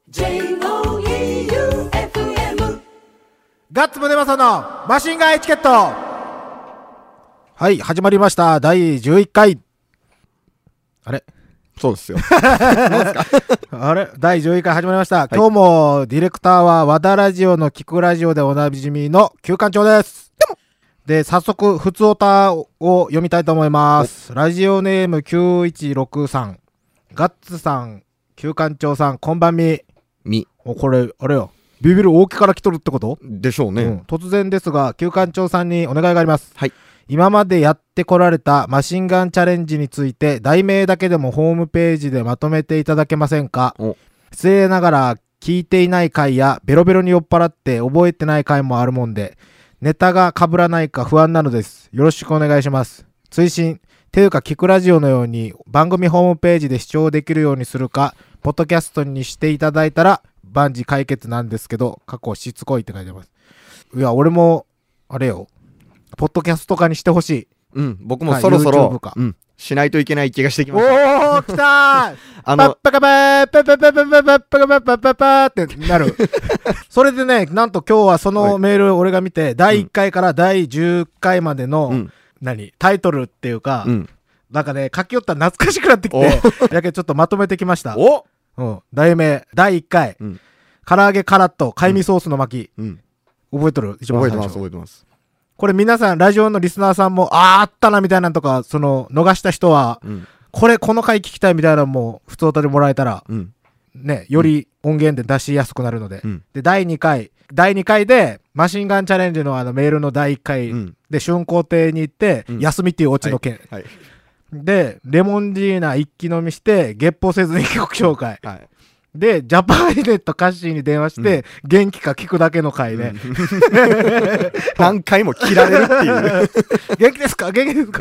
J-O-E-U-F-M ガッツムネマソのマシンガンエチケット。はい、始まりました第11回。あれそうですよ。 あれ第11回始まりました、今日もディレクターは和田ラジオの聞くラジオでおなじみの旧館長です。で、早速ふつおたを読みたいと思います。ラジオネーム9163、ガッツさん、旧館長さん、こんばんみ。これあれよ、ビビる大木から来とるってことでしょうね。 突然ですが旧館長さんにお願いがあります。 はい。 今までやってこられたマシンガンチャレンジについて題名だけでもホームページでまとめていただけませんか。失礼ながら聞いていない回やベロベロに酔っ払って覚えてない回もあるもんでネタが被らないか不安なのです。よろしくお願いします。追伸ていうか聞くラジオのように番組ホームページで視聴できるようにするかポッドキャストにしていただいたら万事解決なんですけど、過去しつこいって書いてます。いや俺もあれよ、ポッドキャスト化にしてほしい。 僕もそろそろ、 はいしないといけない気がしてきました。 おー来たーパッパカパーパッパパパパパッパカパッパパパってなる。それでね、なんと今日はそのメール俺が見て第1回から第10回までの、タイトルっていうか、なんかね書き寄ったら懐かしくなってきてやけちょっとまとめてきました。題名第1回、唐揚げカラッと貝味ソースの巻、覚えとる？一番最初。 覚えてます。 これ皆さんラジオのリスナーさんもあったなみたいなのとかその逃した人は、この回聞きたいみたいなのも普通歌でもらえたら、ね、より音源で出しやすくなるので、で第2回でマシンガンチャレンジのメールの第1回で春光亭に行って、休みっていうオチの件、でレモンジーナ一気飲みしてゲッポせずに曲紹介、でジャパンネットカッシーに電話して、元気か聞くだけの回で、 何回も切られるっていう元気ですか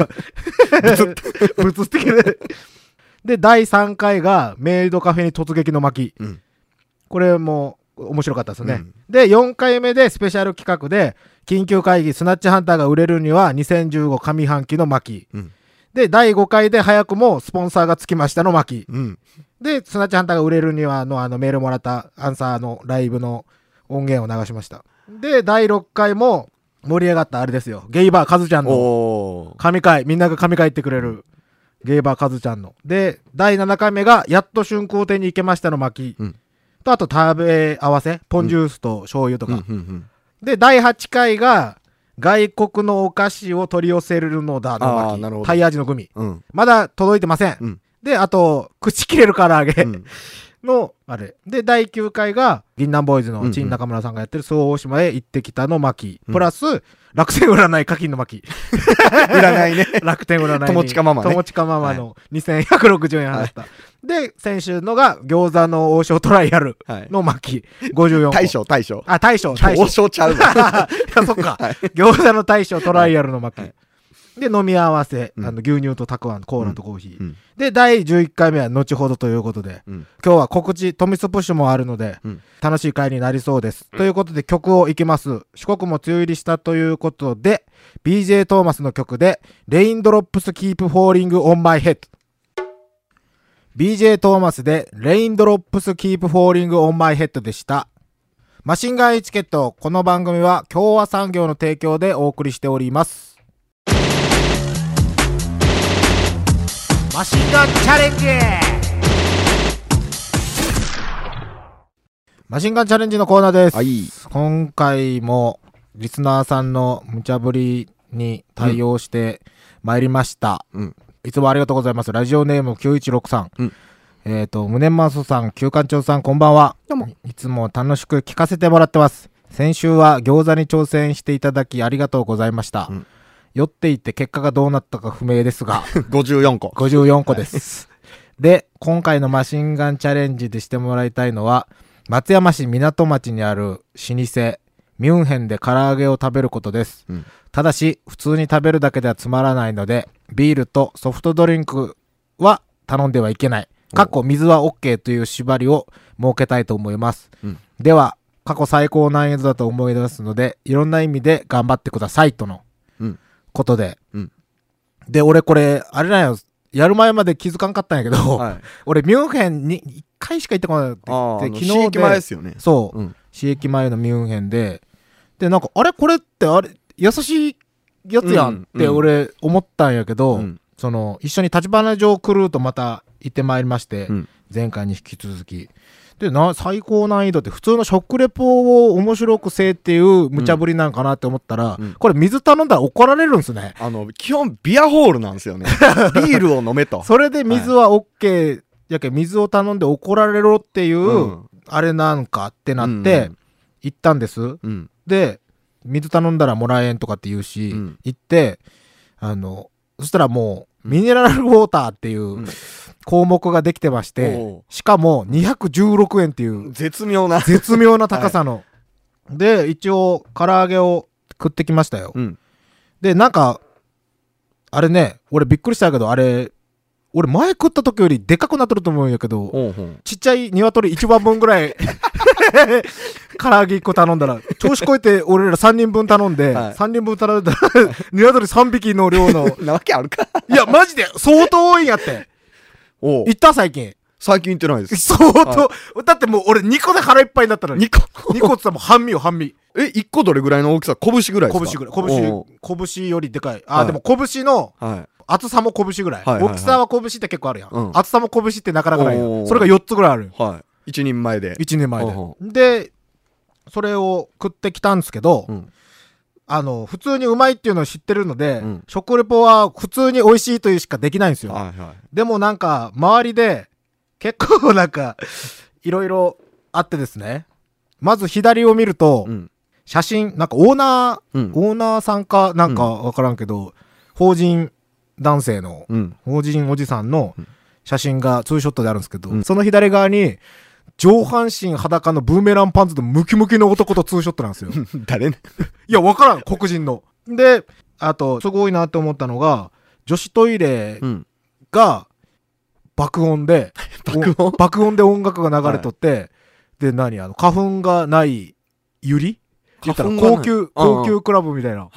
ぶつってきてで第3回がメイドカフェに突撃の巻、これも面白かったですね、で4回目でスペシャル企画で緊急会議スナッチハンターが売れるには2015上半期の巻、で第5回で早くもスポンサーがつきましたの巻、でスナッチハンターが売れるにはのメールもらったアンサーのライブの音源を流しました。で第6回も盛り上がったあれですよ、ゲイバーカズちゃんの神回、みんなが神回ってくれるゲイバーカズちゃんの。で第7回目がやっと春光亭に行けましたの巻、とあと食べ合わせポンジュースと醤油とか、で第8回が外国のお菓子を取り寄せるのだの巻、タイ味のグミ、まだ届いてません、であと口切れる唐揚げ、のあれで第9回が銀杏ボーイズの陳中村さんがやってる周防大島へ行ってきたの巻、プラス楽天占い課金の巻占いね楽天占い友近ママね、 友近ママの2160円払った、で先週のが餃子の王将トライアルの巻、54個。大将王将ちゃうわいやそっか、餃子の大将トライアルの巻、で飲み合わせ、牛乳とたくあんコーラとコーヒー、で第11回目は後ほどということで、今日は告知トミスプッシュもあるので、楽しい回になりそうです、ということで曲をいきます。四国も梅雨入りしたということで BJ トーマスの曲でレインドロップスキープフォーリングオンマイヘッド。 BJ トーマスでレインドロップスキープフォーリングオンマイヘッドでした。マシンガンエチケット、この番組は共和産業の提供でお送りしております。マシンガンチャレンジ、マシンガンチャレンジのコーナーです、今回もリスナーさんの無茶ぶりに対応してまいりました、いつもありがとうございます。ラジオネーム9163、ムネマソさん、旧館長さん、こんばんは。いつも楽しく聞かせてもらってます。先週は餃子に挑戦していただきありがとうございました、酔っていて結果がどうなったか不明ですが54個です、で今回のマシンガンチャレンジでしてもらいたいのは松山市港町にある老舗ミュンヘンで唐揚げを食べることです、ただし普通に食べるだけではつまらないのでビールとソフトドリンクは頼んではいけない、水は OK という縛りを設けたいと思います、では過去最高難易度だと思いますのでいろんな意味で頑張ってくださいとのことで、で俺これあれなんよ、やる前まで気づかんかったんやけど、俺ミュンヘンに1 回しか行ってこなくて、 昨日駅前ですよね。 そう、 うん、 市駅前のミュンヘンでなんかあれこれってあれ優しいやつやんって俺思ったんやけど、その一緒に立花城クルーとまた行ってまいりまして、前回に引き続きで最高難易度って普通の食レポを面白くせえっていう無茶ぶりなんかなって思ったら、これ水頼んだら怒られるんですね。 基本ビアホールなんですよね。ビールを飲めと。 それで水は OK やけ水を頼んで怒られろっていう、あれなんかってなって行ったんです、で水頼んだらもらえんとかって言うし、行ってそしたらもうミネラルウォーターっていう項目ができてまして、しかも216円っていう絶妙な高さの、で一応唐揚げを食ってきましたよ、でなんかあれね俺びっくりしたけど、あれ俺前食った時よりでかくなってると思うんやけど、ちっちゃい鶏1羽分ぐらい唐揚げ1個頼んだら調子こいて俺ら3人分頼んで、3人分頼んだら鶏3匹の量のなわけあるか。 いやマジで相当多いんやって。行った最近行ってないです。 相当、だってもう俺2個で腹いっぱいになったのに。2個って言ったらもう半身よ半身。 1個どれぐらいの大きさ？拳ぐらいですか？ 拳よりでかい。でも拳の厚さも拳ぐらい、大きさは拳って結構あるやん、厚さも拳ってなかなかないやん。それが4つぐらいある、 1人前ででそれを食ってきたんですけど、普通にうまいっていうのを知ってるので、食レポは普通に美味しいというしかできないんですよ、でもなんか周りで結構なんかいろいろあってですね、まず左を見ると、写真なんかオーナーさんかなんかわからんけど、法人男性の、法人おじさんの写真がツーショットであるんですけど、その左側に上半身裸のブーメランパンツのムキムキの男とツーショットなんですよ。 誰ね。 いや分からん、黒人の。であとすごいなって思ったのが女子トイレが爆音で爆音で音楽が流れとって、で花粉がないユリ言ったら高級クラブみたいな、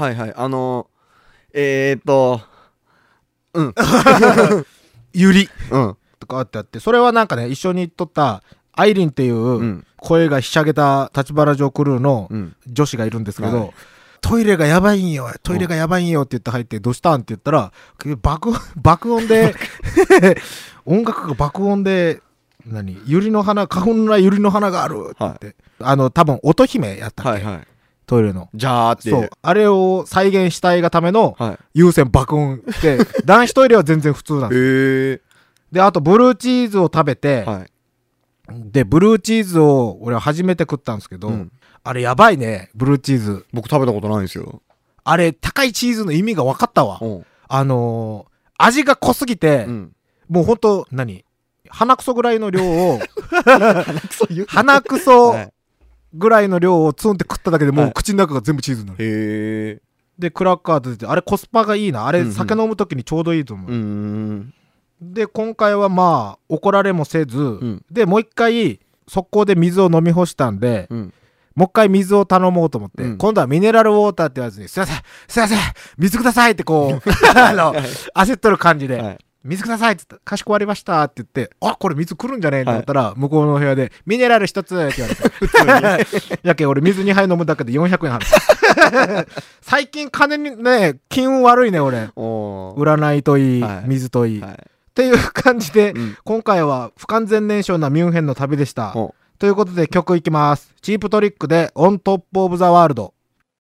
ユリとかあってあって、それはなんかね一緒に撮ったアイリンっていう声がひしゃげた立花城クルーの女子がいるんですけど、トイレがやばいんよって言って入って、どうしたんって言ったら爆音で音楽が爆音でユリの花、花粉のユリの花があるって言って、多分乙姫やったっけ、トイレのジャーって、 そうあれを再現したいがための有線爆音で、男子トイレは全然普通なんです。であとブルーチーズを食べて、でブルーチーズを俺は初めて食ったんですけど、あれやばいね、ブルーチーズ。 僕食べたことないんですよ。 あれ高いチーズの意味が分かったわ。味が濃すぎて、もうほんと鼻くそぐらいの量を鼻くそぐらいの量をツンって食っただけでもう口の中が全部チーズになる。でクラッカーとってあれコスパがいいな、あれ酒飲む時にちょうどいいと思う。で今回はまあ怒られもせず、でもう一回速攻で水を飲み干したんで、もう一回水を頼もうと思って、今度はミネラルウォーターってやつに、すいません水くださいってこう焦っとる感じで、水くださいって言って、かしこまりましたって言って、あ、これ水来るんじゃねえと思ったら、向こうの部屋でミネラル一つって言われて、普通にやけ俺水2杯飲むだけで400円払う。最近金にね、金運悪いね俺。占いといい、水といい、っていう感じで、今回は不完全燃焼なミュンヘンの旅でした。ということで曲いきます。チープトリックでオントップオブザワールド。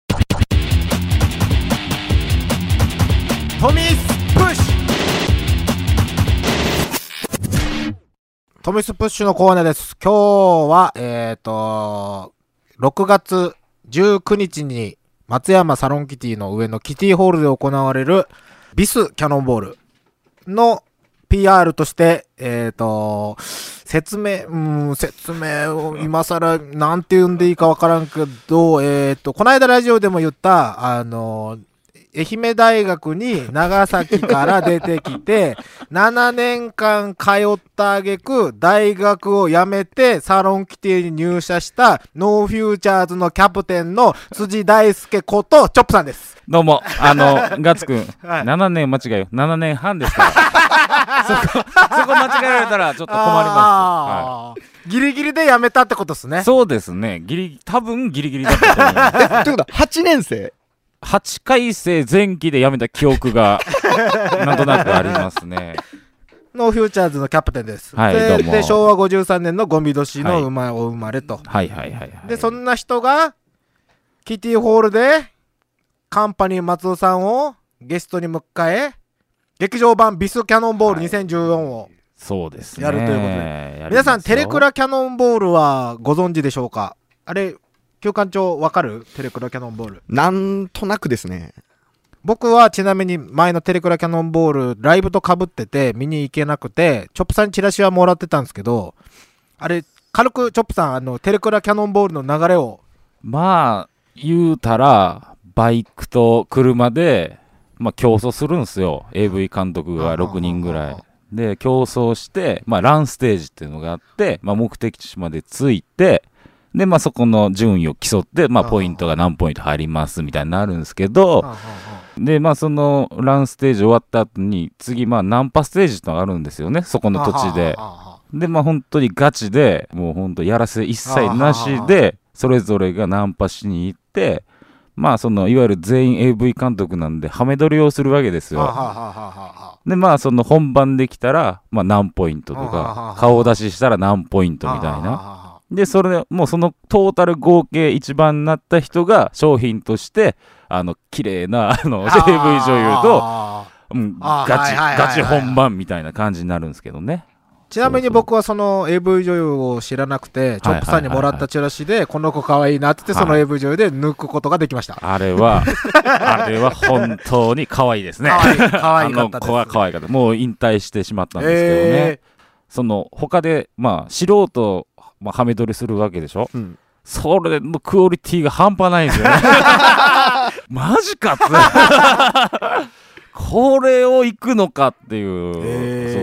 トミスプッシュ。トミスプッシュのコーナーです。今日は6月19日に松山サロンキティの上のキティホールで行われるビスキャノンボールの PR として、説明を今更なんて言うんでいいかわからんけど、この間ラジオでも言った、 愛媛大学に長崎から出てきて、7年間通った挙句、大学を辞めてサロン規定に入社したノーフューチャーズのキャプテンの辻大輔ことチョップさんです。 どうも、ガッツくん、 はい 7年間違えよ。7年半ですから。そこ間違えられたらちょっと困ります。 ギリギリで辞めたってことですね。 そうですね。多分ギリギリだったと思います。 ということは8年生 8回生前期で辞めた記憶がなんとなくありますね。 ノーフューチャーズのキャプテンです。 はい、どうも。 で昭和53年のゴミ年のお生まれと。 はいはいはいはい。 でそんな人がキティホールでカンパニー松尾さんをゲストに迎え、劇場版ビスキャノンボール2014をそうですね。 やるということで、皆さんテレクラキャノンボールはご存知でしょうか。あれ旧館長わかる？テレクラキャノンボール。 なんとなくですね。 僕はちなみに前のテレクラキャノンボールライブと被ってて見に行けなくて、チョップさんにチラシはもらってたんですけど、あれ軽くチョップさんテレクラキャノンボールの流れを。 まあ言うたらバイクと車で競争するんですよ。 AV 監督が6人ぐらいで競争して、ランステージっていうのがあって、目的地まで着いて、でそこの順位を競って、ポイントが何ポイント入りますみたいになるんですけど、でそのランステージ終わった後に次ナンパステージってのがあるんですよね、そこの土地で。で本当にガチでもう本当やらせ一切なしでそれぞれがナンパしに行って、そのいわゆる全員 AV 監督なんでハメ撮りをするわけですよ。でその本番できたら、何ポイントとか顔出ししたら何ポイントみたいな。でそれでもうそのトータル合計一番になった人が商品として綺麗なAV 女優と、ガチ本番みたいな感じになるんですけどね。 ちなみに僕はその AV 女優を知らなくて、チョップさんにもらったチラシでこの子可愛いなって言って、その AV 女優で抜くことができました。 あれは本当に可愛いですね。 可愛かったです。 子は可愛かった。もう引退してしまったんですけどね。その他で素人ハメ撮りするわけでしょ、それのクオリティが半端ないんですよね。マジかってこれを行くのかっていう、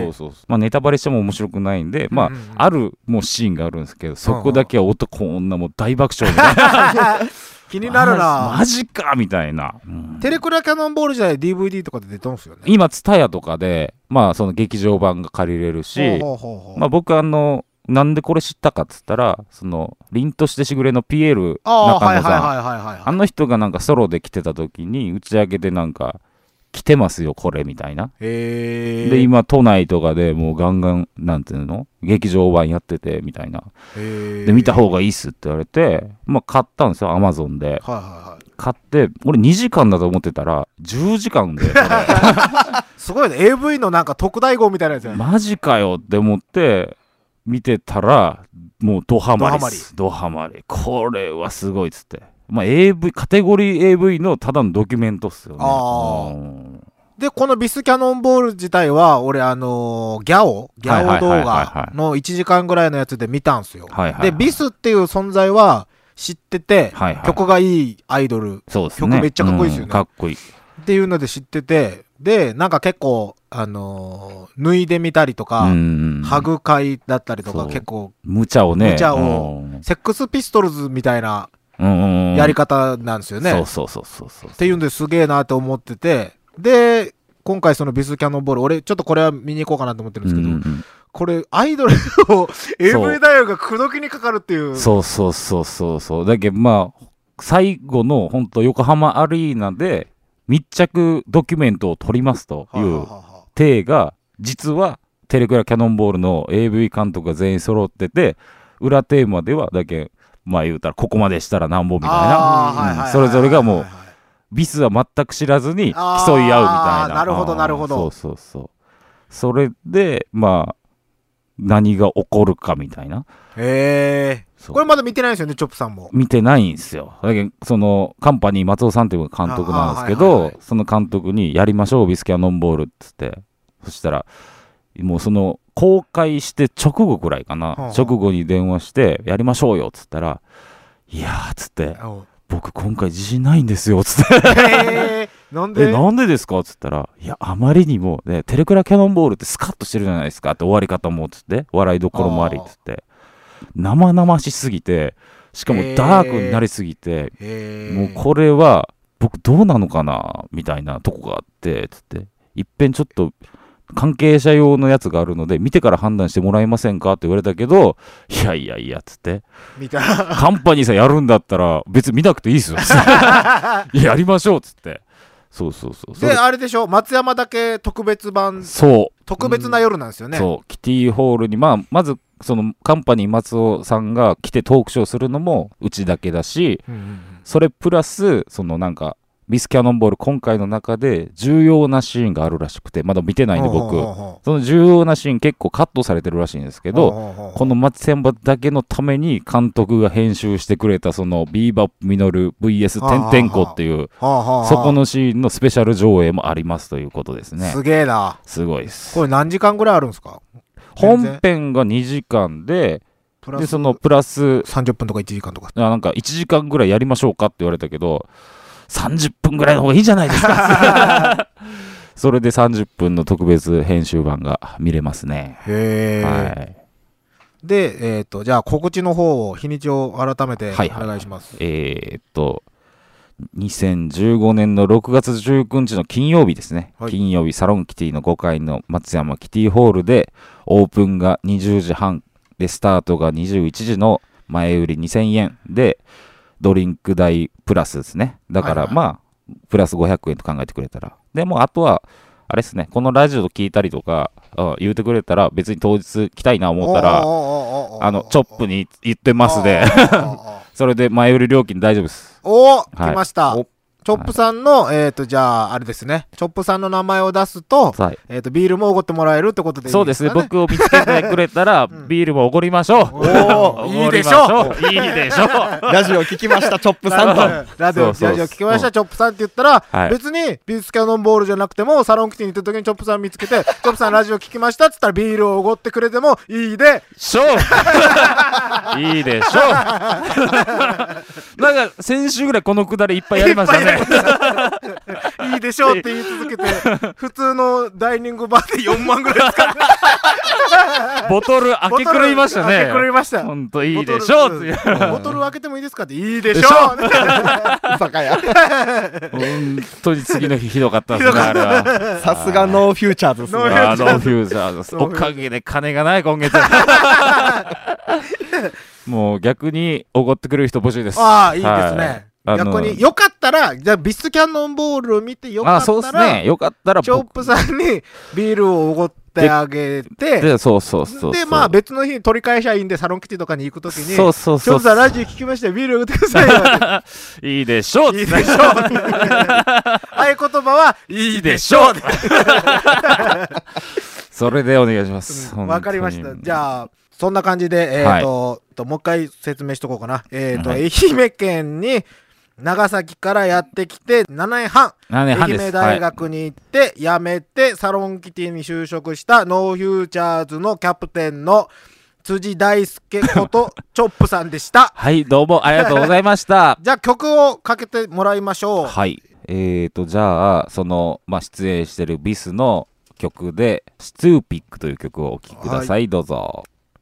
そうネタバレしても面白くないんで、あるもうシーンがあるんですけど、そこだけは男女も大爆笑みたいな。 気になるな。 マジかみたいな。 テレクラキャノンボール時代 DVD とかで出てますよね。 今TSUTAYAとかでその劇場版が借りれるし、僕なんでこれ知ったかっつったら、その凛としてしぐれのピエール中野さん、あの人がソロで来てた時に打ち上げで来てますよこれみたいな。で今都内とかでもうガンガンなんていうの劇場版やっててみたいな。で見た方がいいっすって言われて、買ったんですよアマゾンで。買って俺2時間だと思ってたら10時間ですごいね。 AV の特大号みたいなやつやね。 マジかよって思って見てたらもうドハマりです。ドハマり。これはすごいっつって。AV カテゴリー AV のただのドキュメントっすよね。 でこのビスキャノンボール自体は俺ギャオ動画の1時間ぐらいのやつで見たんすよ。でビスっていう存在は知ってて、曲がいいアイドル、曲めっちゃかっこいいですよね。かっこいいっていうので知ってて、で結構脱いでみたりとか、ハグ会だったりとか、結構無茶をセックスピストルズみたいなやり方なんですよね。っていうんですげえなと思ってて、で今回そのビスキャノンボール、俺ちょっとこれは見に行こうかなと思ってるんですけど、これアイドルを AV 大学が口説きにかかるっていう。 そうだけど最後の本当横浜アリーナで密着ドキュメントを撮りますという体が、実はテレクラキャノンボールの AV 監督が全員揃ってて、裏テーマではだけ言うたらここまでしたらなんぼみたいな、それぞれがもうビスは全く知らずに競い合うみたいな。 なるほどなるほど。 それで何が起こるかみたいな。 これまだ見てないですよね、チョップさんも。 見てないんですよ。だけどそのカンパニー松尾さんっていう監督なんですけど、その監督にやりましょうビスキャノンボールっつって、そしたらもうその公開して直後くらいかな、直後に電話してやりましょうよっつったら、いやーっつって僕今回自信ないんですよつってなんでなんでですかっつったら、いやあまりにも、ね、テレクラキャノンボールってスカッとしてるじゃないですかって、終わり方もつって笑いどころもありっつって、生々しすぎて、しかもダークになりすぎて、もうこれは僕どうなのかなみたいなとこがあってつって、いっぺんちょっと関係者用のやつがあるので見てから判断してもらえませんかって言われたけど、いやいやいやつって見たカンパニーさんやるんだったら別に見なくていいですよやりましょうっつって、そうであれでしょ、松山だけ特別版、 そう特別な夜なんですよね。 そうキティホールに、まずそのカンパニー松尾さんが来てトークショーするのもうちだけだし、それプラスそのなんかミスキャノンボール今回の中で重要なシーンがあるらしくて、まだ見てないんで僕、その重要なシーン結構カットされてるらしいんですけど、この松山だけのために監督が編集してくれたそのビーバップミノル VS てんてんこっていうそこのシーンのスペシャル上映もありますということですね。 すげえな。 すごいです。 これ何時間ぐらいあるんですか？ 本編が2時間でそのプラス 30分とか1時間とか、 なんか1時間ぐらいやりましょうかって言われたけど、30分ぐらいの方がいいじゃないですかそれで30分の特別編集版が見れますね。 へー、 はい、 でじゃあ告知の方を日にちを改めてお願いします。 2015年の6月19日の金曜日ですね、 はい、 金曜日サロンキティの5階の松山キティホールでオープンが20時半でスタートが21時の前売り2000円でドリンク代プラスですね。だからまあプラス500円と考えてくれたら、でもあとはあれですね、このラジオ聞いたりとか言うてくれたら別に当日来たいな思ったらチョップに言ってますでそれで前売り料金大丈夫です。 来ました。チョップさんの、じゃあ、あれですね。チョップさんの名前を出すと、 はい、 ビールもおごってもらえるってことでいいですかね。 そうですね。僕を見つけてくれたら、ビールもおごりましょう。 いいでしょう。 いいでしょう。 ラジオ聞きました、チョップさんと。 ラジオ聞きました、チョップさんって言ったら、別にビスキャノンボールじゃなくても、サロンキティに行った時にチョップさん見つけて、チョップさんラジオ聞きましたって言ったら、ビールをおごってくれてもいいでしょう。いいでしょう。なんか、先週ぐらいこのくだりいっぱいやりましたね。 いいでしょうって言い続けて普通のダイニングバーで4万ぐらい使ってボトル開け狂いましたね。 開け狂いました。 ほんといいでしょうってボトル開けてもいいですかっていいでしょう酒屋本当に次の日ひどかったですねあれは。 さすがノーフューチャーズですね。 ノーフューチャーズです。おかげで金がない今月もう逆におごってくれる人募集です。 ああいいですね。逆によかったらじゃあビスキャノンボールを見てよかったら、 そうですね、よかったらチョップさんにビールをおごってあげて、 でそうでまあ別の日に取り返しゃいいんでサロンキティとかに行くときにそうチョップさんラジオ聞きましたよビールを売ってくださいよいいでしょういいでしょう合言葉はいいでしょうそれでお願いします。 わかりました。じゃあそんな感じでもう一回説明しとこうかな。愛媛県に長崎からやってきて7年半愛媛大学に行って辞めてサロンキティに就職したノーフューチャーズのキャプテンの辻大輔ことチョップさんでしたはいどうもありがとうございましたじゃあ曲をかけてもらいましょう。 はいじゃあその、出演してるビスの曲でストゥーピックという曲をお聴きください、どうぞ。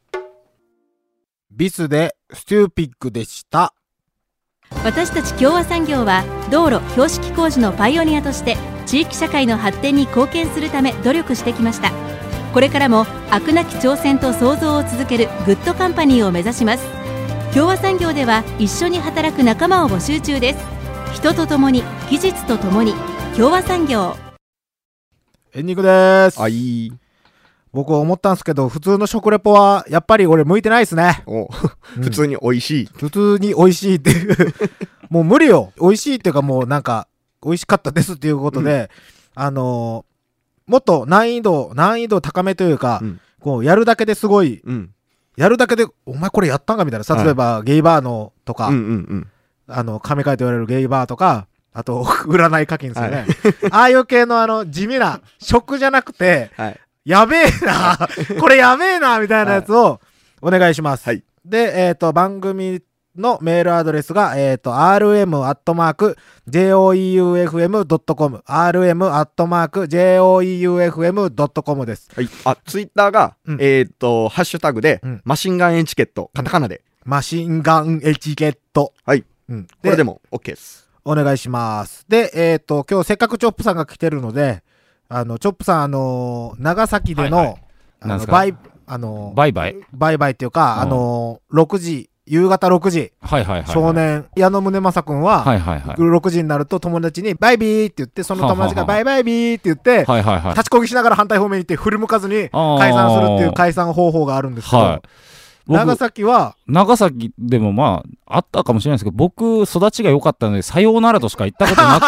ビスでストゥーピックでした。 私たち共和産業は道路標識工事のパイオニアとして地域社会の発展に貢献するため努力してきました。これからも飽くなき挑戦と創造を続けるグッドカンパニーを目指します。共和産業では一緒に働く仲間を募集中です。人とともに技術とともに共和産業。 エンディングです。 はい僕思ったんですけど普通の食レポはやっぱり俺向いてないですね。 普通に美味しい、 普通に美味しいっていうもう無理よ。美味しいっていうかもうなんか美味しかったですっていうことで、もっと難易度高めというか、こうやるだけですごい、やるだけでお前これやったんかみたいな、例えばゲイバーのとか、神回と言われるゲイバーとか、あと占い課金ですよね、ああいう系の地味な食じゃなくて、やべえなこれやべえなみたいなやつをお願いします。で番組のメールアドレスが、rm@joeufm.com、rm@joeufm.com です。 はい。あ、ツイッターが、 うんハッシュタグで、マシンガンエチケット、カタカナで。 マシンガンエチケット。 はい。 うん。 これでも OK です。 お願いします。で、今日せっかくチョップさんが来てるので、チョップさん、長崎での、 はいはいなんすかバイバイっていうか、6時、夕方6時、 はいはいはい。 少年、矢野宗正くんは、 はいはいはい。 6時になると友達にバイビーって言って、その友達がはははバイバイビーって言って、 はいはいはい。 立ちこぎしながら反対方面に行って振り向かずに解散するっていう解散方法があるんですけど、 はい。 長崎は、 長崎でもまあ、あったかもしれないですけど、僕、育ちが良かったので、さようならとしか言ったことなくて、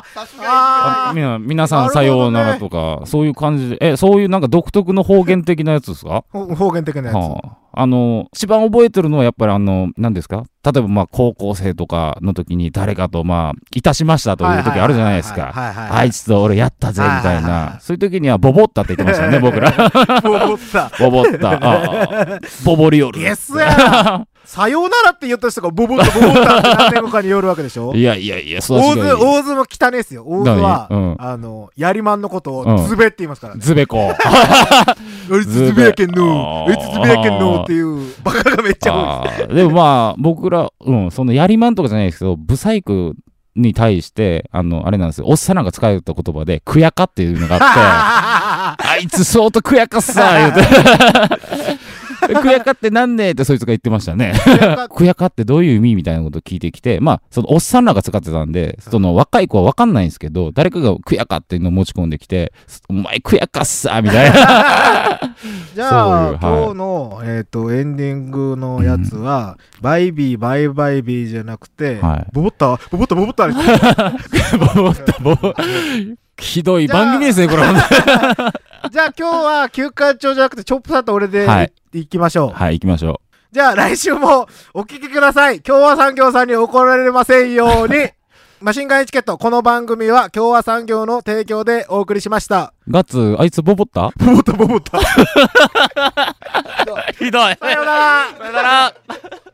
皆さんさようならとか、そういう感じで、そういうなんか独特の方言的なやつですか？ 方言的なやつ。 一番覚えてるのはやっぱり何ですか？例えばまあ高校生とかの時に誰かとまあ、いたしましたという時あるじゃないですか。あいつと俺やったぜみたいな。そういう時にはボボったって言ってましたね、僕ら。 ボボった。 ボボった。ボボリオル。 イエスやさようならって言った人がボボったって何年後かによるわけでしょ。 いやいやいや、 大津も汚ねえっすよ。大津は、やりまんのことをズベって言いますからね。 ズベコ。 あいつズベやけんのあいつズベやけんのっていうバカがめっちゃ多いです。 でもまあ、僕ら、そのやりまんとかじゃないですけど、ブサイクに対して、あれなんですよ。おっさんが使えた言葉で、くやかっていうのがあって、あいつ相当くやかっさ言うて。くやかってなんねえってそいつが言ってましたね。くやかってどういう意味みたいなことを聞いてきて、まあ、そのおっさんらが使ってたんで、その若い子は分かんないんですけど、誰かがくやかっていうのを持ち込んできて、お前くやかっさみたいな。 じゃあ、今日の、エンディングのやつは、バイビー、バイバイビーじゃなくて、ボボったボボったボボったボボったボボひどい番組ですね、これ。 じゃあ今日は休館長じゃなくてチョップさんと俺で行きましょう。 はい、行きましょう。じゃあ来週もお聞きください。共和産業さんに怒られませんように。マシンガンエチケット、この番組は共和産業の提供でお送りしました。 ガッツ、あいつボボったボボったボボった。 ひどい。 さよなら。 さよなら。